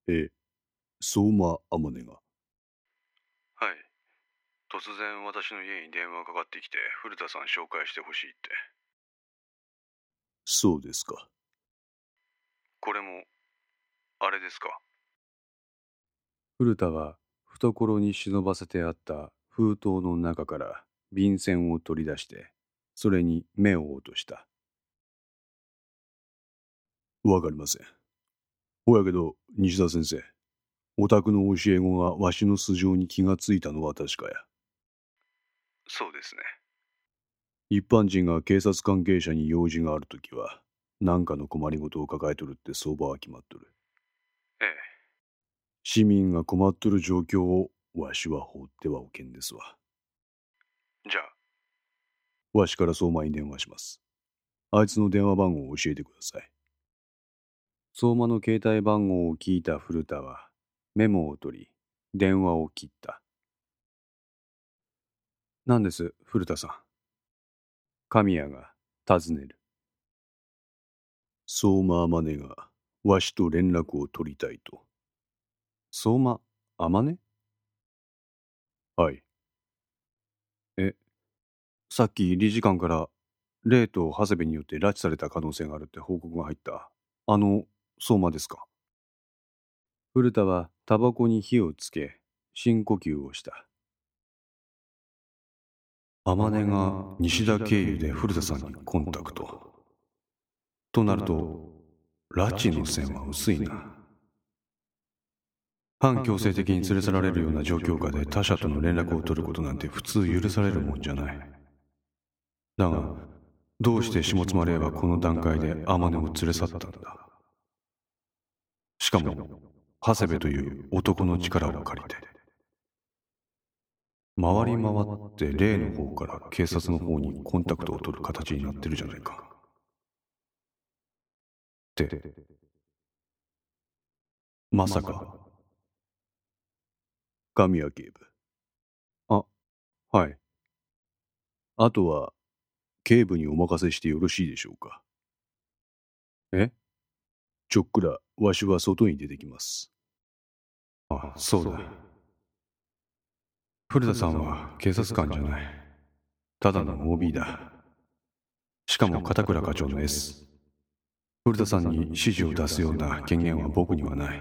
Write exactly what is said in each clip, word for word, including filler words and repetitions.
え、相馬天音が。 はい。突然私の家に電話がかかってきて、古田さん紹介してほしいって。 そうですか。 これも、あれですか。 古田は懐に忍ばせてあった封筒の中から便箋を取り出して、それに目を落とした。 わかりません。ほやけど、西田先生、お宅の教え子がわしの素性に気がついたのは確かや。 そうですね。 一般人が警察関係者に用事があるときは、何かの困りごとを抱えとるって相場は決まっとる。 ええ。 市民が困っとる状況をわしは放ってはおけんですわ。 じゃあ。 わしから相馬に電話します。あいつの電話番号を教えてください。 相馬の携帯番号を聞いた古田はメモを取り、電話を切った。何です、古田さん。神谷が尋ねる。 相馬天音がわしと連絡を取りたいと。 相馬天音？ はい。 え、さっき理事官からレイと長谷部によって拉致された可能性があるって報告が入った、あの相馬ですか？古田はタバコに火をつけ深呼吸をした。天音が西田経由で古田さんにコンタクトとなると、拉致の線は薄いな。反強制的に連れ去られるような状況下で他者との連絡を取ることなんて普通許されるもんじゃない。だが、どうして下妻霊はこの段階で天音を連れ去ったんだ。しかも長谷部という男の力を借りて。回り回って霊の方から警察の方にコンタクトを取る形になってるじゃないか。って、まさか。 神谷警部。 あ、はい。 あとは、警部にお任せしてよろしいでしょうか。 え？ ちょっくらわしは外に出てきます。 あ、そうだ。古田さんは警察官じゃない。ただの オービー だ。しかも片倉課長の S。古田さんに指示を出すような権限は僕にはない。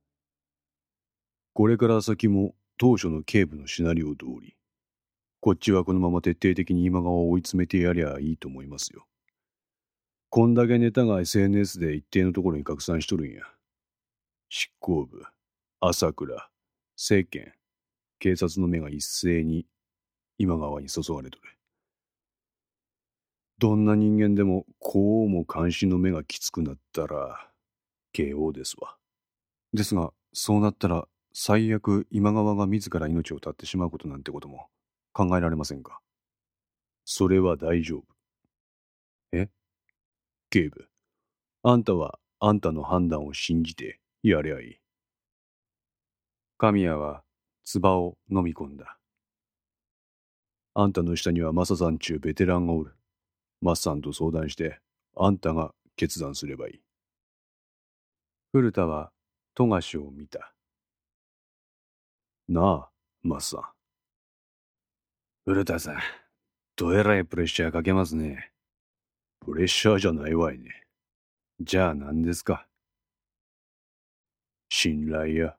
これから先も当初の警部のシナリオ通り、こっちはこのまま徹底的に今川を追い詰めてやりゃいいと思いますよ。こんだけネタが エスエヌエス で一定のところに拡散しとるんや。執行部、朝倉、政権、警察の目が一斉に今川に注がれとる。どんな人間でもこうも監視の目がきつくなったら ケーオー ですわ。 ですが、そうなったら最悪今川が自ら命を絶ってしまうことなんてことも考えられませんか？ それは大丈夫。 え？ 警部、あんたはあんたの判断を信じてやりゃいい。 神谷は唾を飲み込んだ。 あんたの下にはマサさんちゅうベテランがおる。マスさんと相談してあんたが決断すればいい。 古田は富樫を見た。 なあ、マスさん。 古田さん、どえらいプレッシャーかけますね。 プレッシャーじゃないわいね。 じゃあ何ですか？ 信頼や。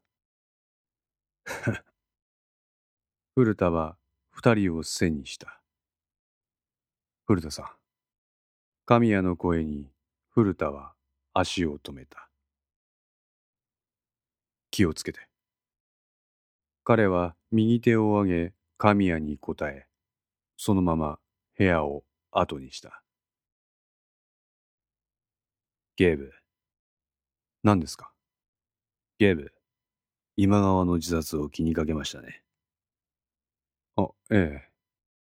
古田は二人を背にした。古田さん。神谷の声に古田は足を止めた。気をつけて。彼は右手を上げ神谷に答え、そのまま部屋を後にした。 警部。 何ですか？ 警部、今川の自殺を気にかけましたね。 あ、ええ。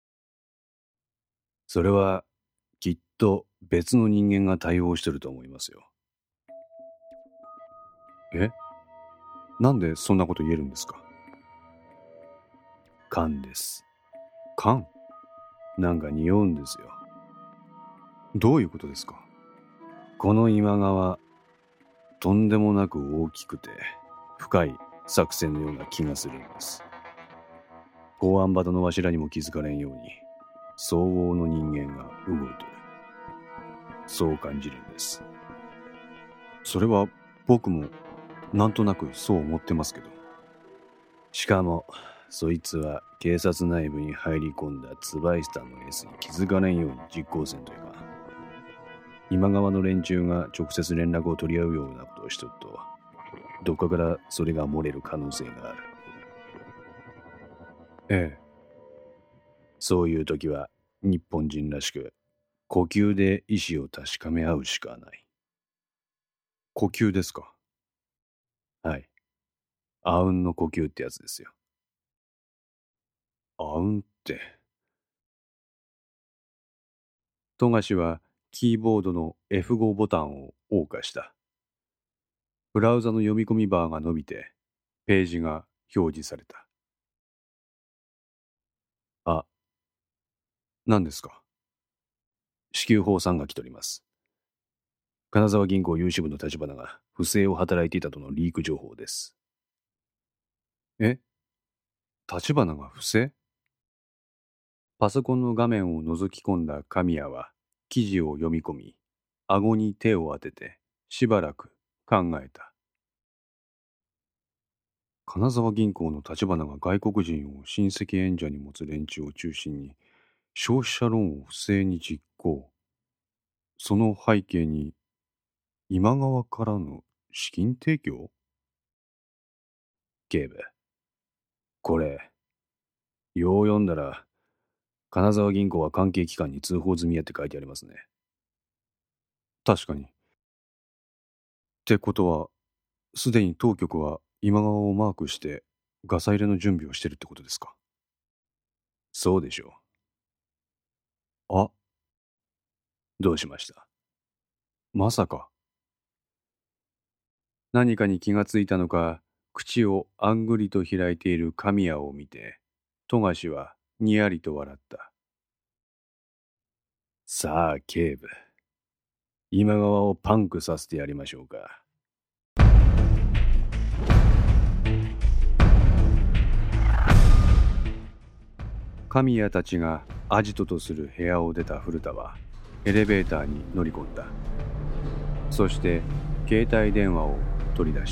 それはきっと別の人間が対応してると思いますよ。 え？なんでそんなこと言えるんですか？ 勘です。 勘？ なんか匂うんですよ。 どういうことですか？ この今川、とんでもなく大きくて深い作戦のような気がするんです。公安鳩のわしらにも気づかれんように相応の人間が動いとる。そう感じるんです。 それは僕もなんとなくそう思ってますけど。 しかもそいつは警察内部に入り込んだツバイスターのエースに気づかれんように実行せんというか、今川の連中が直接連絡を取り合うようなことをしとると、どっかからそれが漏れる可能性がある。 ええ。 そういう時は日本人らしく呼吸で意志を確かめ合うしかない。 呼吸ですか？ はい。あうんの呼吸ってやつですよ。 あうんって。 富樫はキーボードの エフファイブ ボタンを謳歌した。ブラウザの読み込みバーが伸びて、ページが表示された。あ、 何ですか？ 支給法さんが来ております。金沢銀行融資部の立花が不正を働いていたとのリーク情報です。 え？立花が不正？ パソコンの画面を覗き込んだ神谷は記事を読み込み、顎に手を当ててしばらく考えた。 金沢銀行の立花が外国人を親戚縁者に持つ連中を中心に消費者ローンを不正に実行。その背景に今川からの資金提供？ 警部、これよう読んだら金沢銀行は関係機関に通報済みやって書いてありますね。 確かに。ってことは、すでに当局は今川をマークしてガサ入れの準備をしてるってことですか？ そうでしょう。あ、 どうしました？ まさか。 何かに気がついたのか、口をあんぐりと開いている神谷を見て、富樫はにやりと笑った。さあ警部、今川をパンクさせてやりましょうか。神谷たちがアジトとする部屋を出た古田はエレベーターに乗り込んだ。そして携帯電話を取り出した。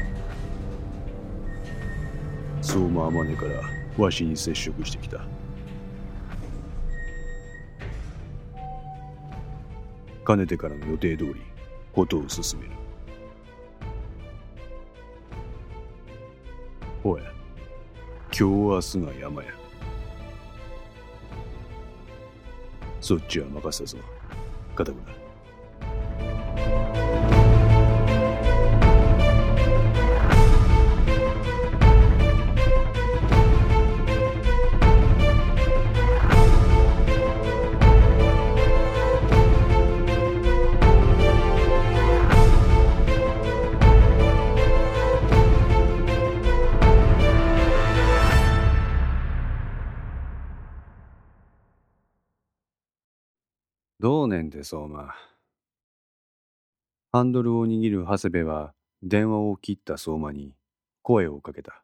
相馬天音からわしに接触してきた。かねてからの予定通り事を進める。おや、今日明日が山や。そっちは任せたぞ、片倉。どうねんて相馬。ハンドルを握る長谷部は電話を切った相馬に声をかけた。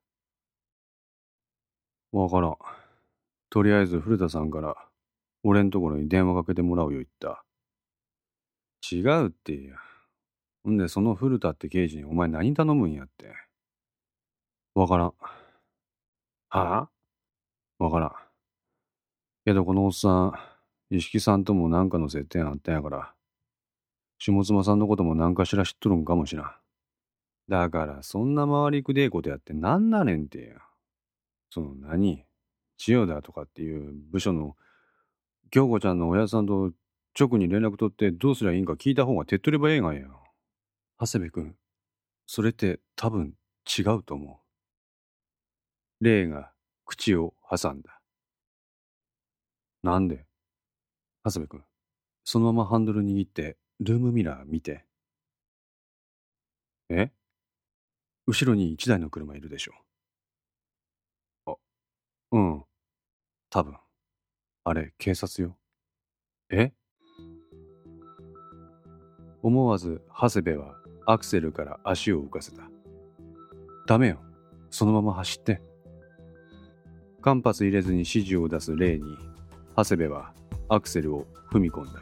わからん。とりあえず古田さんから俺んところに電話かけてもらうよ言った。 違うって言や。んでその古田って刑事にお前何頼むんやって。 わからん。 はあ？わからん。けどこのおっさん、石木さんともなんかの接点あったんやから、下妻さんのことも何かしら知っとるんかもしらん。 だからそんな回りくでえことやってなんなねんてや。その何千代田とかっていう部署の京子ちゃんの親さんと直に連絡取ってどうすりゃいいんか聞いた方が手っ取り早いがや。 長谷部君、それって多分違うと思う。レイが口を挟んだ。 なんで？長谷部君、そのままハンドル握ってルームミラー見て。 え？ 後ろに一台の車いるでしょ。 あ、うん。 多分。あれ、警察よ。 え？思わず長谷部はアクセルから足を浮かせた。 ダメよ。そのまま走って。間髪入れずに指示を出すレイに、長谷部はアクセルを踏み込んだ。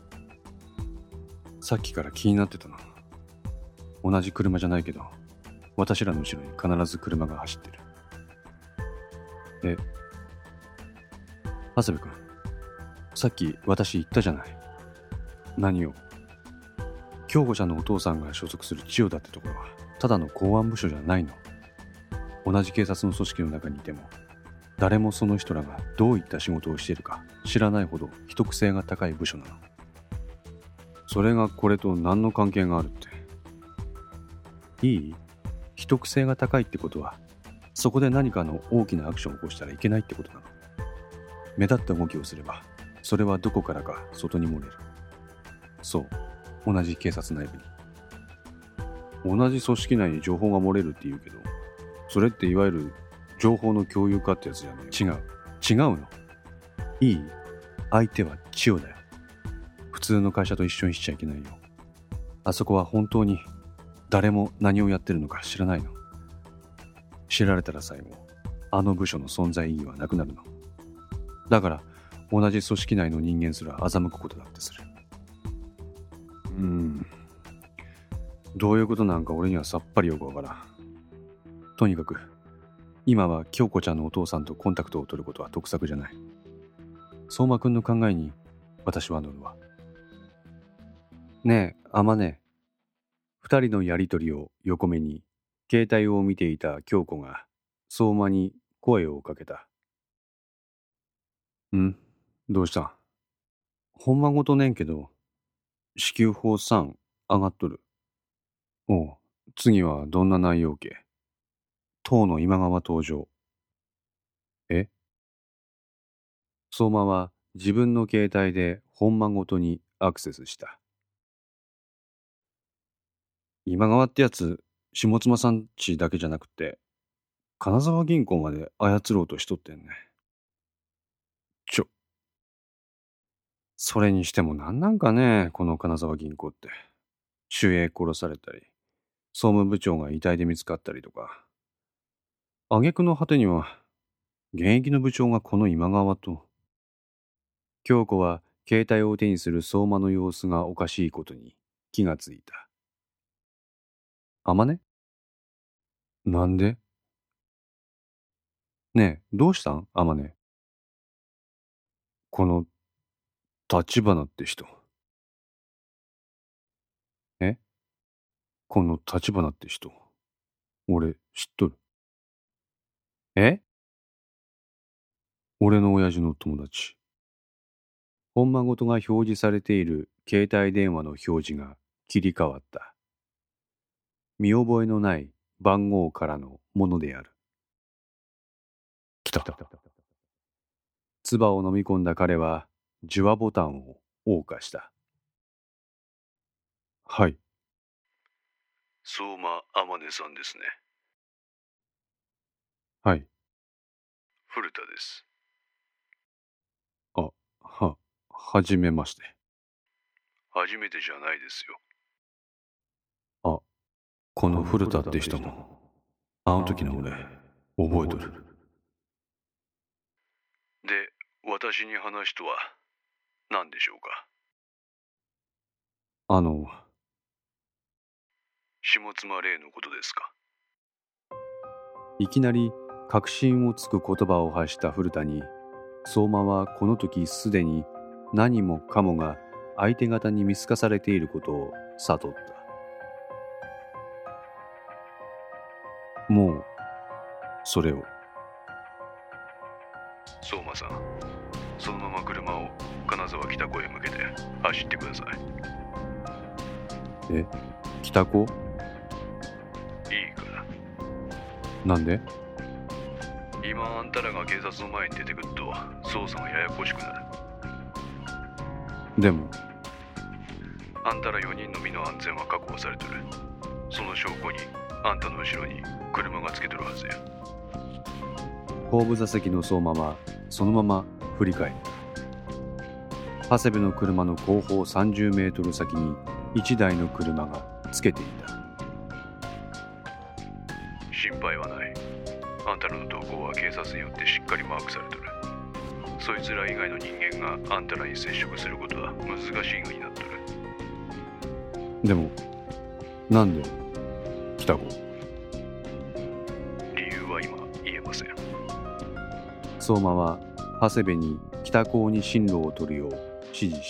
さっきから気になってたな。同じ車じゃないけど、私らの後ろに必ず車が走ってる。え、長谷部君、さっき私言ったじゃない。何を？京子ちゃんのお父さんが所属する千代田ってところは、ただの公安部署じゃないの。同じ警察の組織の中にいても、誰もその人らがどういった仕事をしているか知らないほど秘匿性が高い部署なの。それがこれと何の関係があるって。いい？秘匿性が高いってことは、そこで何かの大きなアクションを起こしたらいけないってことなの。目立った動きをすれば、それはどこからか外に漏れる。そう、同じ警察内部に。同じ組織内に情報が漏れるって言うけど、それっていわゆる情報の共有化ってやつじゃねえ。違う。違うの。いい？相手は千代だよ。普通の会社と一緒にしちゃいけないよ。あそこは本当に誰も何をやってるのか知らないの。知られたら最後、あの部署の存在意義はなくなるの。だから同じ組織内の人間すら欺くことだってする。うーん。どういうことなんか俺にはさっぱりよくわからん。とにかく、今は京子ちゃんのお父さんとコンタクトを取ることは得策じゃない。相馬くんの考えに私は乗るわ。ねえ、あまね。二人のやりとりを横目に、携帯を見ていた京子が相馬に声をかけた。ん？どうした？ほんまごとねんけど、支給法さん上がっとる。おう、次はどんな内容け？当の今川登場。え？相馬は自分の携帯で本間ごとにアクセスした。今川ってやつ、下妻さんちだけじゃなくて、金沢銀行まで操ろうとしとってんね。ちょ。それにしてもなんなんかね、この金沢銀行って。守衛殺されたり、総務部長が遺体で見つかったりとか。挙句の果てには、現役の部長がこの今川と。京子は携帯を手にする相馬の様子がおかしいことに気がついた。あまね？なんで？ねえ、どうしたん？あまね。この、立花って人。え？この立花って人。俺、知っとる。え？俺の親父の友達。本間ごとが表示されている携帯電話の表示が切り替わった。見覚えのない番号からのものである。来た。唾を飲み込んだ彼は受話ボタンを謳歌した。はい。 相馬天音さんですね。 はい。 古田です。 あ、は、はじめまして。 初めてじゃないですよ。 あ、この古田って人も、あの時の俺、覚えとる。 で、私に話とは何でしょうか？ あの、 下妻霊のことですか？ いきなり確信をつく言葉を発した古田に、相馬はこの時すでに何もかもが相手方に見透かされていることを悟った。もう、それを。 相馬さん、そのまま車を金沢北港へ向けて走ってください。 え、北港？ いいから。 なんで？ 今あんたらが警察の前に出てくると捜査がややこしくなる。 でもあんたらよにんの身の安全は確保されてる。その証拠にあんたの後ろに車がつけてるはずや。 後部座席の相馬はそのまま振り返った。長谷部の車の後方さんじゅうメートル先に一台の車がつけていた。 新配はない。あんたらの動向は警察によってしっかりマークされとる。そいつら以外の人間があんたらに接触することは難しいようになっとる。 でもなんで北郷？ 理由は今言えません。 相馬は長谷部に北高に進路を取るよう指示した。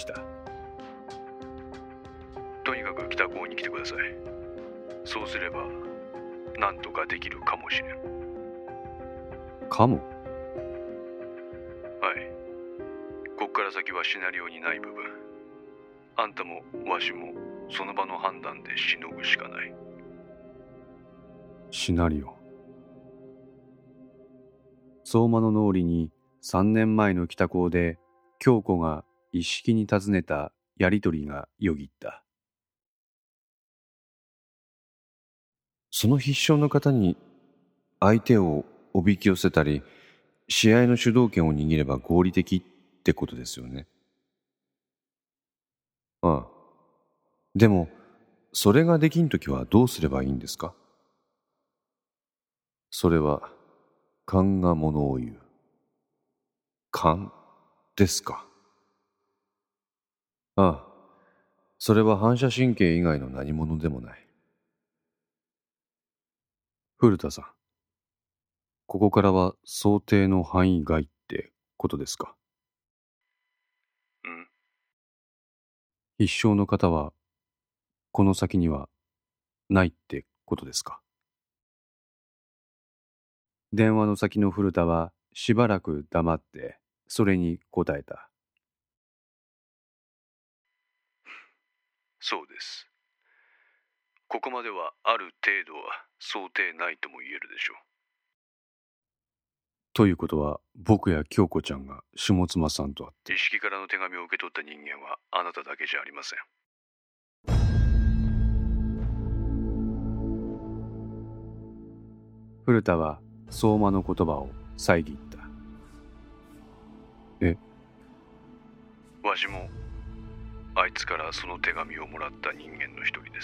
とにかく北高に来てください。そうすればなんとかできるかもしれん。 かも？ はい。こっから先はシナリオにない部分。あんたもわしもその場の判断でしのぐしかない。 シナリオ。相馬の脳裏にさんねんまえの北高で京子が一式に尋ねたやりとりがよぎった。その必勝の方に相手をおびき寄せたり、試合の主導権を握れば合理的ってことですよね。ああ。でも、それができんときはどうすればいいんですか？それは、勘がものを言う。勘ですか？ああ。それは反射神経以外の何者でもない。古田さん。ここからは想定の範囲外ってことですか？ うん。 必勝の方はこの先にはないってことですか？電話の先の古田はしばらく黙ってそれに答えた。 そうです。ここまではある程度は想定内とも言えるでしょう。 ということは僕や京子ちゃんが下妻さんと会って。 一式からの手紙を受け取った人間はあなただけじゃありません。 古田は相馬の言葉を遮った。え？ わしもあいつからその手紙をもらった人間の一人です。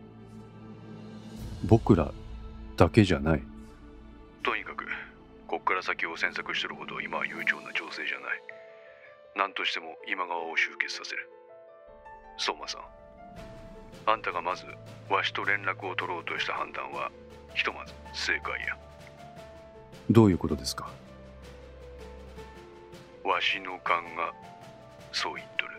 僕らだけじゃない。 とにかくこっから先を詮索してるほど今は悠長な情勢じゃない。何としても今川を集結させる。相馬さん、あんたがまずわしと連絡を取ろうとした判断はひとまず正解や。 どういうことですか？ わしの勘がそう言っとる。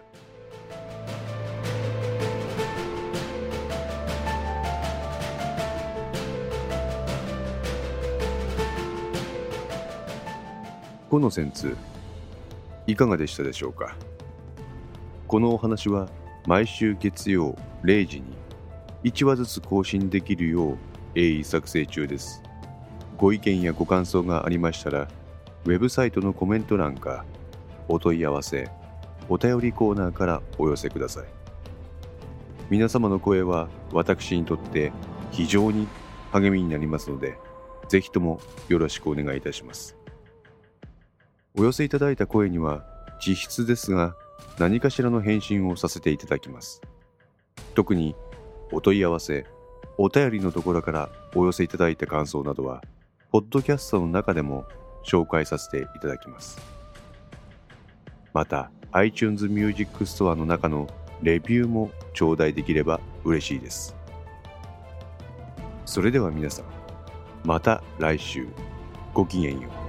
この旋通いかがでしたでしょうか。このお話は毎週月曜れいじにいちわずつ更新できるよう鋭意作成中です。ご意見やご感想がありましたらウェブサイトのコメント欄かお問い合わせお便りコーナーからお寄せください。皆様の声は私にとって非常に励みになりますのでぜひともよろしくお願いいたします。お寄せいただいた声には実質ですが何かしらの返信をさせていただきます。特にお問い合わせお便りのところからお寄せいただいた感想などはポッドキャストの中でも紹介させていただきます。また iTunes Music Store の中のレビューも頂戴できれば嬉しいです。それでは皆さんまた来週ごきげんよう。